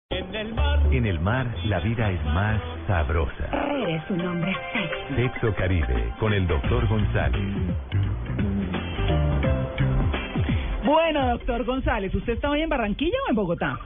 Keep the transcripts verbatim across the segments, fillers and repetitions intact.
En el mar. En el mar, la vida es más sabrosa. Eres un hombre sexy. Sexo Caribe, con el doctor González. Bueno, doctor González, ¿usted está hoy en Barranquilla o en Bogotá?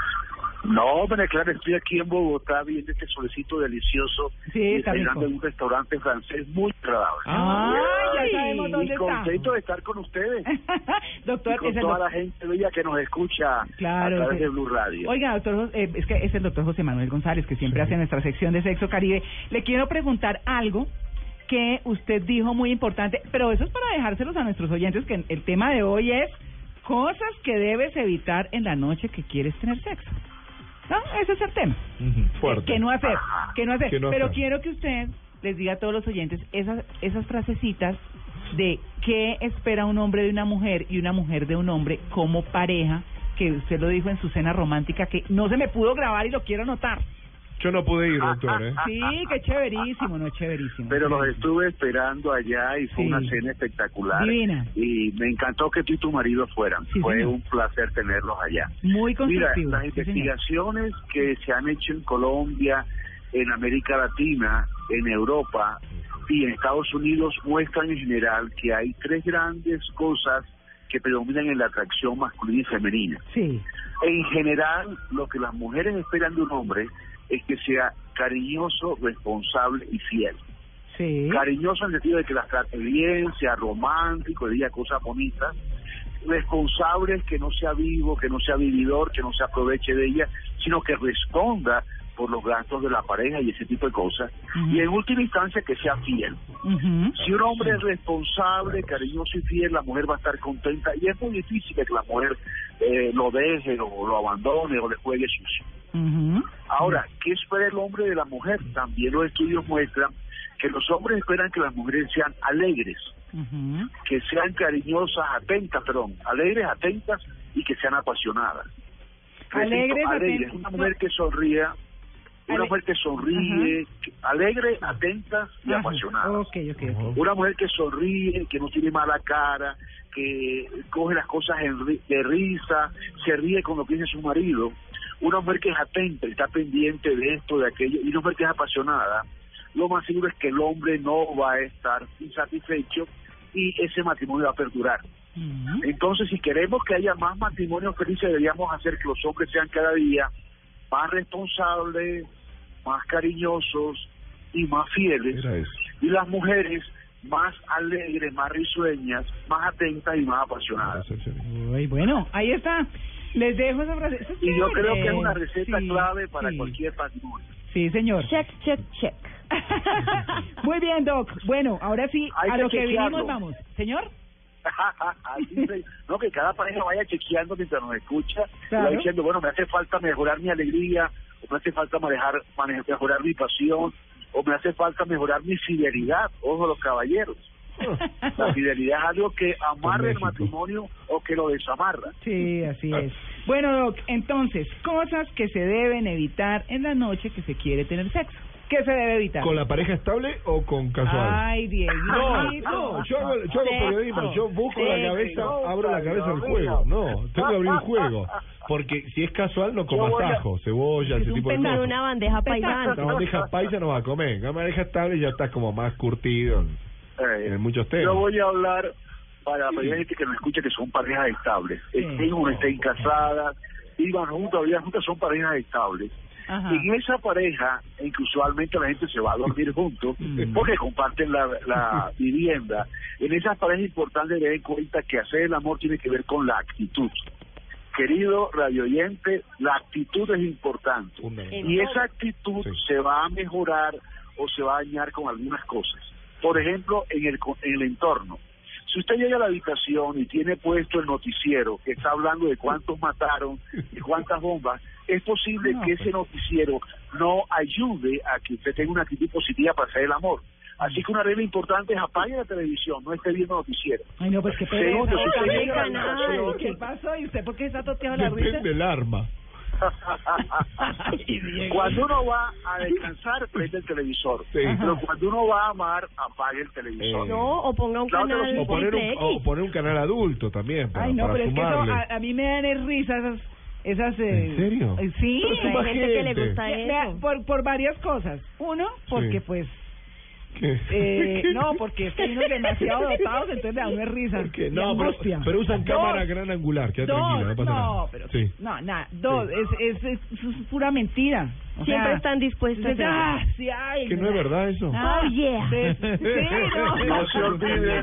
No, María Clara, estoy aquí en Bogotá viendo este solecito delicioso. Sí, está rico. En un restaurante francés muy agradable. Ah, ya sabemos dónde y está. contento de estar con ustedes. Doctor, y con es el toda doc- la gente bella que nos escucha Claro, a través ese- de Blue Radio. Oiga, doctor, Jos- eh, es que es el doctor José Manuel González, que siempre hace nuestra sección de Sexo Caribe. Le quiero preguntar algo que usted dijo muy importante, pero eso es para dejárselos a nuestros oyentes, que el tema de hoy es cosas que debes evitar en la noche que quieres tener sexo. ¿No? Ese es el tema. Uh-huh. Fuerte. Que no hacer, que no hacer. Que no Pero hacer. quiero que usted les diga a todos los oyentes esas esas frasecitas de qué espera un hombre de una mujer y una mujer de un hombre como pareja, que usted lo dijo en su cena romántica, que no se me pudo grabar y lo quiero anotar. Yo no pude ir, doctor, ¿eh? Sí, qué chéverísimo, no chéverísimo. Pero los estuve esperando allá y fue Sí. una cena espectacular. Divina. Y me encantó que tú y tu marido fueran. Sí, fue señor. un placer tenerlos allá. Muy Mira, constructivo. las sí, señor. investigaciones que se han hecho en Colombia, en América Latina, en Europa y en Estados Unidos muestran en general que hay tres grandes cosas que predominan en la atracción masculina y femenina. Sí. En general, lo que las mujeres esperan de un hombre es que sea cariñoso, responsable y fiel. Sí. Cariñoso en el sentido de que las trate bien, sea romántico, diga cosas bonitas. Responsable es que no sea vivo, que no sea vividor, que no se aproveche de ella, sino que responda por los gastos de la pareja y ese tipo de cosas. Uh-huh. Y en última instancia que sea fiel. Uh-huh. Si un hombre es responsable, cariñoso y fiel, la mujer va a estar contenta, y es muy difícil que la mujer eh, lo deje o lo abandone o le juegue sucio. Uh-huh. Ahora, ¿qué espera el hombre de la mujer? También los estudios muestran que los hombres esperan que las mujeres sean alegres, Uh-huh. que sean cariñosas, atentas, perdón, alegres, atentas y que sean apasionadas. Alegres, Repito, alegres, atentas. una mujer que sonríe, una Ale- mujer que sonríe, que- alegre, atentas y Ajá. apasionadas. Ok, ok, ok. Una mujer que sonríe, que no tiene mala cara, que coge las cosas en ri- de risa, se ríe con lo que dice su marido. Una mujer que es atenta y está pendiente de esto, de aquello, y una mujer que es apasionada. Lo más seguro es que el hombre no va a estar insatisfecho y ese matrimonio va a perdurar. Uh-huh. Entonces, si queremos que haya más matrimonios felices, deberíamos hacer que los hombres sean cada día más responsables, más cariñosos y más fieles, Era eso. y las mujeres más alegres, más risueñas, más atentas y más apasionadas. Uy, bueno, ahí está. Les dejo esa frase. Eso es Y yo chévere. creo que es una receta Sí, clave para sí. cualquier matrimonio. Sí, señor. Check, check, check. Muy bien, Doc. Bueno, ahora sí, Hay a que lo que chequearlo. vinimos vamos. Señor. Así se- no, que cada pareja vaya chequeando mientras nos escucha, Claro. va diciendo, bueno, me hace falta mejorar mi alegría, o me hace falta manejar, mane- mejorar mi pasión, o me hace falta mejorar mi fidelidad. Ojo, los caballeros. La fidelidad es algo que amarra el México. matrimonio o que lo desamarra. Sí, así es. Bueno, Doc, entonces, cosas que se deben evitar en la noche que se quiere tener sexo. ¿Qué se debe evitar? ¿Con la pareja estable o con casual? Ay, Diego. No, no, yo hago, yo hago periodismo, yo busco la cabeza, abro la cabeza del juego. No, tengo que abrir un juego. Porque si es casual, no comas tajo, cebolla, Es ese un tipo de penal, cosas. Una bandeja paisana. La bandeja paisa no vas a comer. En la bandeja estable ya estás como más curtido Eh, en muchos temas. Yo voy a hablar para la gente que nos escucha que son parejas estables. Sí. Estén o no estén casadas, vivan juntas, vivan juntas, son parejas estables. Ajá. En esa pareja, en que usualmente la gente se va a dormir juntos, Mm. porque comparten la, la vivienda, en esas parejas es importante tener en cuenta que hacer el amor tiene que ver con la actitud. Querido radioyente, la actitud es importante. Fundamental. Y esa actitud Sí. se va a mejorar o se va a dañar con algunas cosas. Por ejemplo, en el, co- en el entorno. Si usted llega a la habitación y tiene puesto el noticiero que está hablando de cuántos mataron y cuántas bombas, es posible No, que pues. ese noticiero no ayude a que usted tenga una actitud positiva para hacer el amor. Así que una regla importante es apague la televisión, no esté viendo noticiero. Ay, no, pues qué Segundo, pereza. si usted Cambie llega a la canal. habitación- ¿Qué pasó? ¿Y usted por qué está toteado la risa? Depende del arma. Ay, Diego. Cuando uno va a descansar, prende el televisor. Sí. Pero cuando uno va a amar, apague el televisor. Eh, No, o ponga un Claro, canal O poner un, triple o X. poner un canal adulto también para, Ay, no, para pero es que eso, sumarle. a, a mí me dan es risa esas Esas, eh, ¿En serio? eh, Sí. Pero hay gente que le gusta Ve- vea, eso. por, por varias cosas. Uno, porque Sí. pues... ¿Qué? Eh, ¿Qué? no, porque es que hay unos demasiado dotados, entonces le da una risa. ¿Por qué? y No, pero, angustia. pero usan Dos, cámara gran angular, queda dos, tranquilo, no pasa no, nada. pero Sí. no, nada. Dos, Sí. es, es, es, es pura mentira. O Siempre sea, están dispuestos a dices, hacerlo. ah, sí, ay, ¿Que no es verdad eso? Ah, Oh, yeah. Sí, sí, no. No se olviden.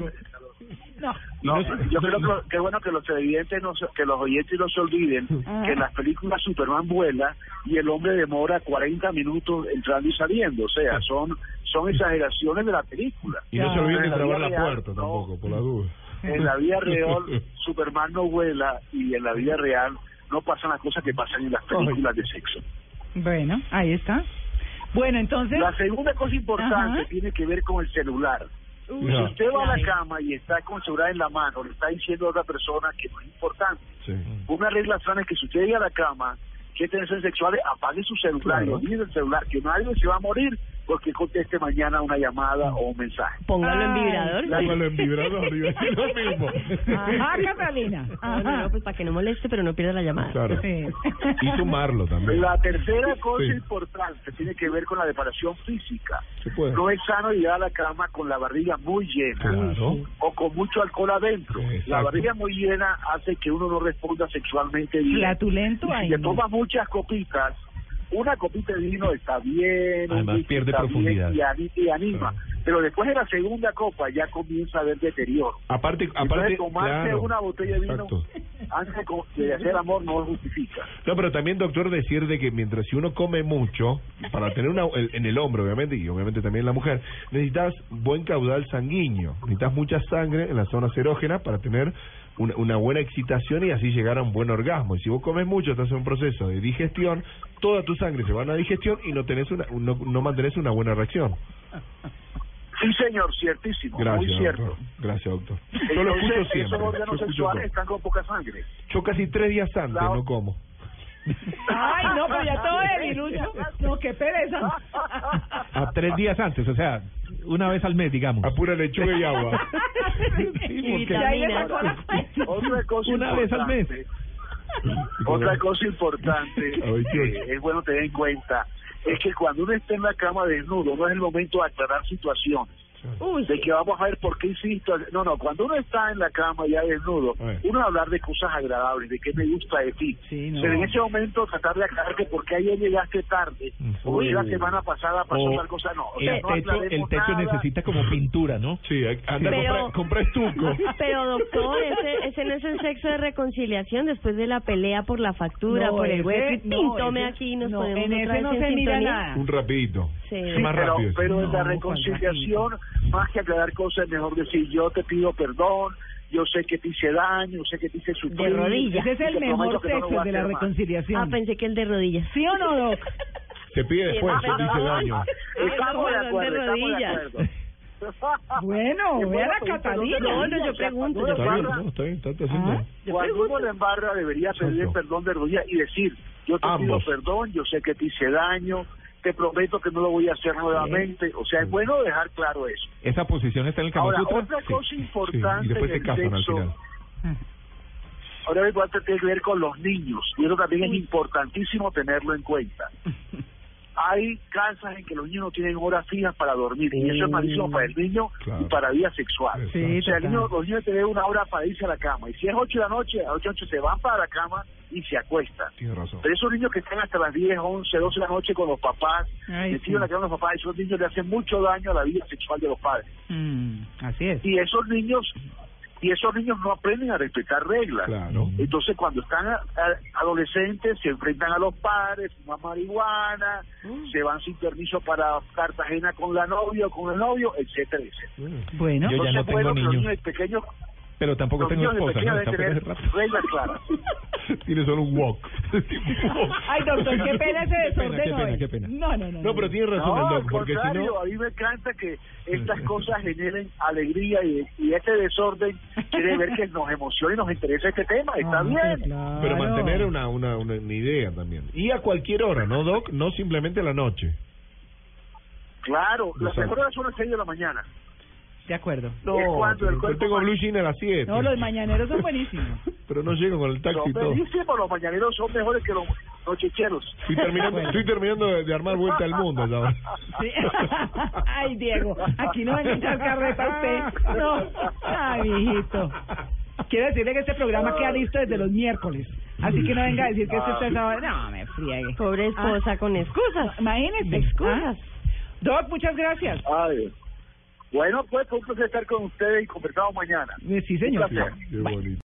No. No, yo creo que lo- qué bueno que los televidentes no se- que los oyentes no se olviden Ajá. que en las películas Superman vuela y el hombre demora cuarenta minutos entrando y saliendo, o sea, son son exageraciones de la película. Y no se olviden de En la trabar vida la real, puerta no. tampoco, por la duda. En la vida real Superman no vuela y en la vida real no pasan las cosas que pasan en las películas de sexo. Bueno, ahí está. Bueno, entonces... La segunda cosa importante Ajá. tiene que ver con el celular. Uy, Si usted va a la clave. cama y está con el celular en la mano, le está diciendo a otra persona que no es importante. Sí. Una regla sana es que si usted llega a la cama, que tensiones sexuales, apague su celular y Claro. olvide el celular, que nadie se va a morir porque conteste mañana una llamada o un mensaje. Póngalo en Ay, vibrador. Póngalo en vibrador, iba a decir lo mismo. Ajá, Catalina. No, no, no, pues para que no moleste, pero no pierda la llamada. Claro. Sí. Y sumarlo también. La tercera cosa Sí. importante tiene que ver con la preparación física. Se puede. No es sano llegar a la cama con la barriga muy llena Claro. o con mucho alcohol adentro. Exacto. La barriga muy llena hace que uno no responda sexualmente bien. Flatulento, Y ay, si te no. tomas muchas copitas, una copita de vino está bien, un Además, whisky pierde está profundidad. bien y, ani- y anima. Claro. Pero después de la segunda copa ya comienza a haber deterioro. Aparte, Entonces, aparte, tomarse claro. una botella de vino Exacto. antes de co- de hacer amor no lo justifica. No, pero también, doctor, decir de que mientras si uno come mucho, para tener una el- en el hombro, obviamente, y obviamente también la mujer, necesitas buen caudal sanguíneo, necesitas mucha sangre en las zonas erógenas para tener una, una buena excitación y así llegar a un buen orgasmo. Y si vos comes mucho, estás en un proceso de digestión, toda tu sangre se va a una digestión y no tenés una, no, no mantenés una buena reacción. Sí, señor, ciertísimo, Gracias, muy cierto. doctor. Gracias, doctor. Yo lo escucho Entonces, siempre. esos yo órganos escucho sexuales todo. están con poca sangre. Yo casi tres días antes La- no como. Ay, no, pero ya todo debilucho. No, qué pereza. A tres días antes, o sea, una vez al mes, digamos. A pura lechuga y agua. Sí, Y porque- Y ahí le vitaminas. sacó la cuenta. Otra cosa Una vez al mes. importante, otra cosa importante A veintiocho. que es bueno tener en cuenta es que cuando uno está en la cama desnudo no es el momento de aclarar situaciones. Uy, De que vamos a ver por qué insisto. No, no, cuando uno está en la cama ya desnudo, Ay. uno va a hablar de cosas agradables, de qué me gusta de ti. Sí, no. Pero en ese momento tratar de aclarar que por qué ayer llegaste tarde, o Uy. la semana pasada pasó O tal cosa, no. O el sea, no techo, el aclaremos techo nada. necesita como pintura, ¿no? Sí, hay- anda, Pero- compra, compra estuco. pero doctor, ese, ese no es el sexo de reconciliación después de la pelea por la factura, No, por el ese- hueco. Y no, pintome ese- aquí y nos no, ponemos en otra ese vez no en se mira sintonía. nada. Un rapidito. Sí. Sí, Más pero, rápido. pero en la No, reconciliación, más que aclarar cosas, es mejor decir, yo te pido perdón, yo sé que te hice daño, sé que te hice sufrir. De rodillas. Ese es y el te prometo mejor que no lo sexo voy a de la hacer más. reconciliación. Ah, pensé que el de rodillas. ¿Sí o no, Doc? Se pide después, Ah, se dice perdón. daño. Estamos de Ay, no, acuerdo, de estamos de rodillas. acuerdo. Bueno, Es vea bueno la pedir perdón de Catalina. No, no, rodillas, yo o sea, pregunto, cuando yo uno Está bien, embarra- no, está bien, está, está haciendo. Ah. Yo Cuando pregunto. uno le embarra debería pedir Exacto. perdón de rodillas y decir, yo te Ambos. pido perdón, yo sé que te hice daño, te prometo que no lo voy a hacer nuevamente. O sea, es bueno dejar claro eso. Esa posición está en el Kama Ahora, Sutra. otra Sí. cosa Sí, importante y después en se el casan al sexo, final. ahora mismo tiene que ver con los niños, y eso también es importantísimo tenerlo en cuenta. Hay casas en que los niños no tienen horas fijas para dormir, y eso es malísimo para el niño Claro. y para la vida sexual. Sí, O sea, el total. niño, los niños tienen una hora para irse a la cama, y si es ocho de la noche, a ocho de la noche se van para la cama y se acuestan. Tiene razón. Pero esos niños que están hasta las diez, once, doce de la noche con los papás, Ay, metidos sí. en la cama de los papás, esos niños le hacen mucho daño a la vida sexual de los padres. Mm, así es. Y esos niños y esos niños no aprenden a respetar reglas. Claro. Entonces, cuando están a- a- adolescentes, se enfrentan a los padres, fuman marihuana, se van sin permiso para Cartagena con la novia o con el novio, etcétera, etcétera. Bueno, Yo ya Entonces, no tengo bueno, que los niños. niños pequeños, Pero tampoco los tengo niños de esposa, pequeños ¿no? deben Está tener pues, rápido. reglas claras. Tiene solo un wok. ay, doctor, qué pena ese Qué pena, desorden qué pena, hoy. qué pena. No, no, no. No, pero tiene razón No, el al doc, porque si contrario, no... a mí me encanta que estas cosas generen alegría y, y este desorden quiere ver que nos emociona y nos interesa este tema. Está Ah, bien. pero claro. Pero mantener una, una, una, una idea también. Y a cualquier hora, ¿no, Doc? No simplemente a la noche. Claro, las Exacto. mejores horas son las seis de la mañana. De acuerdo. No, Es cuando el yo cuerpo tengo ma- Blue Jean a las siete. No, los mañaneros son buenísimos. Pero no llego con el taxi y Son todo. bellísimos, los mañaneros son mejores que los, los checheros. Estoy terminando, estoy terminando de, de armar vuelta al mundo ahora. Sí. Ay, Diego, aquí no van a echar carreta usted. No. Ay, mijito. Quiero decirle que este programa queda listo desde los miércoles. Así que no venga a decir que este está sábado. No, me friegue. Pobre esposa Ah. con excusas. Imagínese. Excusas. Ah. Doc, muchas gracias. Ay. Bueno, pues fue un placer estar con ustedes y conversamos mañana. Sí, señor. Un placer. Qué Bye. bonito.